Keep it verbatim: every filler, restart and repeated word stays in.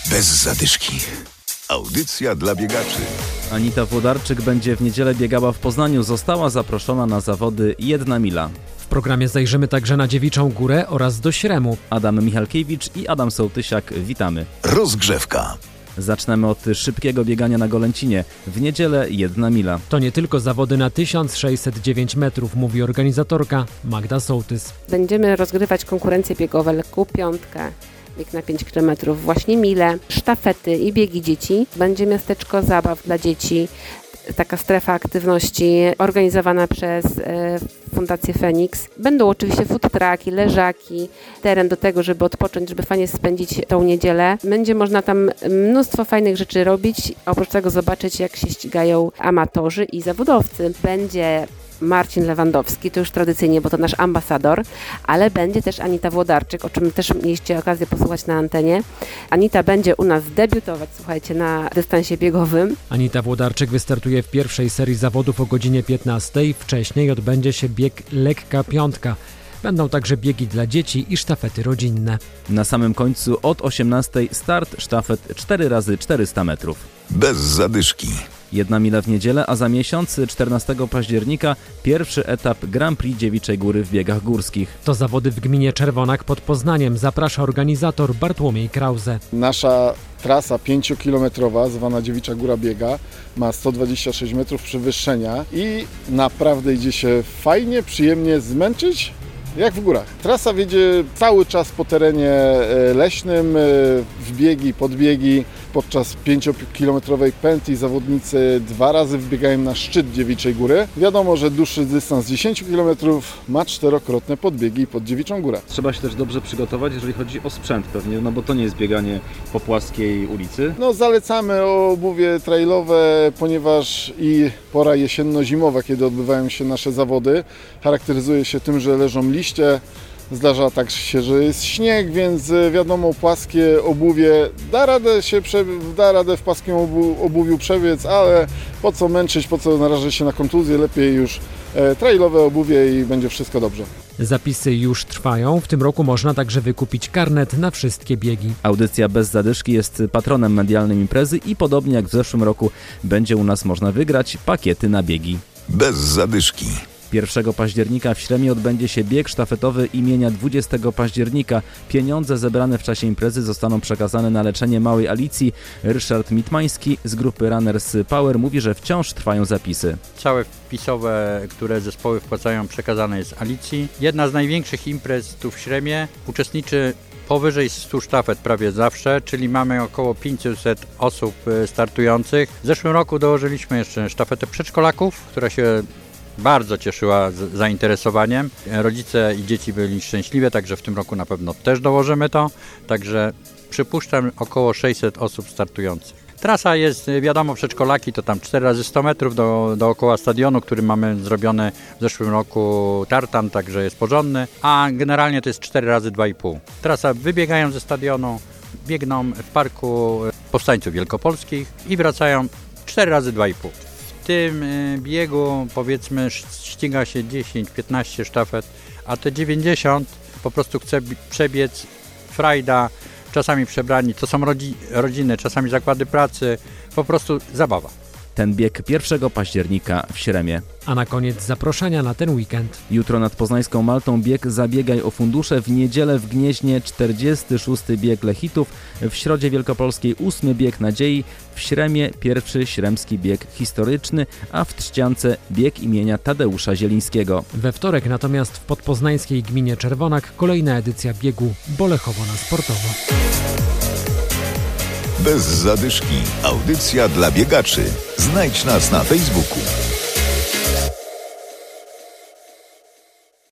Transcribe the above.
Bez zadyszki. Audycja dla biegaczy. Anita Włodarczyk będzie w niedzielę biegała w Poznaniu. Została zaproszona na zawody Jedna Mila. W programie zajrzymy także na Dziewiczą Górę oraz do Śremu. Adam Michalkiewicz i Adam Sołtysiak, witamy. Rozgrzewka. Zaczynamy od szybkiego biegania na Golęcinie. W niedzielę Jedna Mila. To nie tylko zawody na tysiąc sześćset dziewięć metrów, mówi organizatorka Magda Sołtys. Będziemy rozgrywać konkurencje biegowe, lekką piątkę, bieg na pięć kilometrów, właśnie mile, sztafety i biegi dzieci. Będzie miasteczko zabaw dla dzieci, taka strefa aktywności organizowana przez e, Fundację Feniks. Będą oczywiście food trucki, leżaki, teren do tego, żeby odpocząć, żeby fajnie spędzić tą niedzielę. Będzie można tam mnóstwo fajnych rzeczy robić, oprócz tego zobaczyć, jak się ścigają amatorzy i zawodowcy. Będzie Marcin Lewandowski, to już tradycyjnie, bo to nasz ambasador, ale będzie też Anita Włodarczyk, o czym też mieliście okazję posłuchać na antenie. Anita będzie u nas debiutować, słuchajcie, na dystansie biegowym. Anita Włodarczyk wystartuje w pierwszej serii zawodów o godzinie piętnastej. Wcześniej odbędzie się bieg lekka piątka. Będą także biegi dla dzieci i sztafety rodzinne. Na samym końcu od osiemnastej start sztafet cztery razy czterysta metrów. Bez zadyszki. Jedna mila w niedzielę, a za miesiąc, czternastego października, pierwszy etap Grand Prix Dziewiczej Góry w biegach górskich. To zawody w gminie Czerwonak pod Poznaniem. Zaprasza organizator Bartłomiej Krause. Nasza trasa pięciokilometrowa, zwana Dziewicza Góra Biega, ma sto dwadzieścia sześć metrów przewyższenia i naprawdę idzie się fajnie, przyjemnie zmęczyć, jak w górach. Trasa wiedzie cały czas po terenie leśnym, w biegi, podbiegi. Podczas pięciokilometrowej pętli zawodnicy dwa razy wbiegają na szczyt Dziewiczej Góry. Wiadomo, że dłuższy dystans dziesięć kilometrów ma czterokrotne podbiegi pod Dziewiczą Górę. Trzeba się też dobrze przygotować, jeżeli chodzi o sprzęt pewnie, no bo to nie jest bieganie po płaskiej ulicy. No zalecamy obuwie trailowe, ponieważ i pora jesienno-zimowa, kiedy odbywają się nasze zawody, charakteryzuje się tym, że leżą liście. Zdarza tak się, że jest śnieg, więc wiadomo, płaskie obuwie da radę się prze... da radę w płaskim obu... obuwiu przebiec, ale po co męczyć, po co narażać się na kontuzję, lepiej już e, trailowe obuwie i będzie wszystko dobrze. Zapisy już trwają. W tym roku można także wykupić karnet na wszystkie biegi. Audycja Bez Zadyszki jest patronem medialnym imprezy i podobnie jak w zeszłym roku będzie u nas można wygrać pakiety na biegi. Bez zadyszki. pierwszego października w Śremie odbędzie się bieg sztafetowy imienia dwudziestego października. Pieniądze zebrane w czasie imprezy zostaną przekazane na leczenie małej Alicji. Ryszard Mitmański z grupy Runners Power mówi, że wciąż trwają zapisy. Całe wpisowe, które zespoły wpłacają, przekazane jest Alicji. Jedna z największych imprez tu w Śremie. Uczestniczy powyżej stu sztafet prawie zawsze, czyli mamy około pięćset osób startujących. W zeszłym roku dołożyliśmy jeszcze sztafetę przedszkolaków, która się bardzo cieszyła zainteresowaniem. Rodzice i dzieci byli szczęśliwi, także w tym roku na pewno też dołożymy to. Także przypuszczam około sześćset osób startujących. Trasa jest, wiadomo, przedszkolaki to tam cztery razy sto metrów do, dookoła stadionu, który mamy zrobiony w zeszłym roku tartan, także jest porządny, a generalnie to jest cztery razy dwa i pół. Trasa wybiegają ze stadionu, biegną w Parku Powstańców Wielkopolskich i wracają cztery razy dwa i pół. W tym biegu, powiedzmy, ściga się dziesięć piętnaście sztafet, a te dziewięćdziesiąt po prostu chce przebiec, frajda, czasami przebrani, to są rodzi- rodziny, czasami zakłady pracy, po prostu zabawa. Ten bieg pierwszego października w Śremie. A na koniec zaproszenia na ten weekend. Jutro nad Poznańską Maltą bieg Zabiegaj o fundusze. W niedzielę w Gnieźnie czterdziesty szósty bieg Lechitów. W Środzie Wielkopolskiej ósmy bieg Nadziei. W Śremie pierwszy śremski bieg historyczny, a w Trzciance bieg imienia Tadeusza Zielińskiego. We wtorek natomiast w podpoznańskiej gminie Czerwonak kolejna edycja biegu Bolechowo na sportowo. Bez zadyszki. Audycja dla biegaczy. Znajdź nas na Facebooku.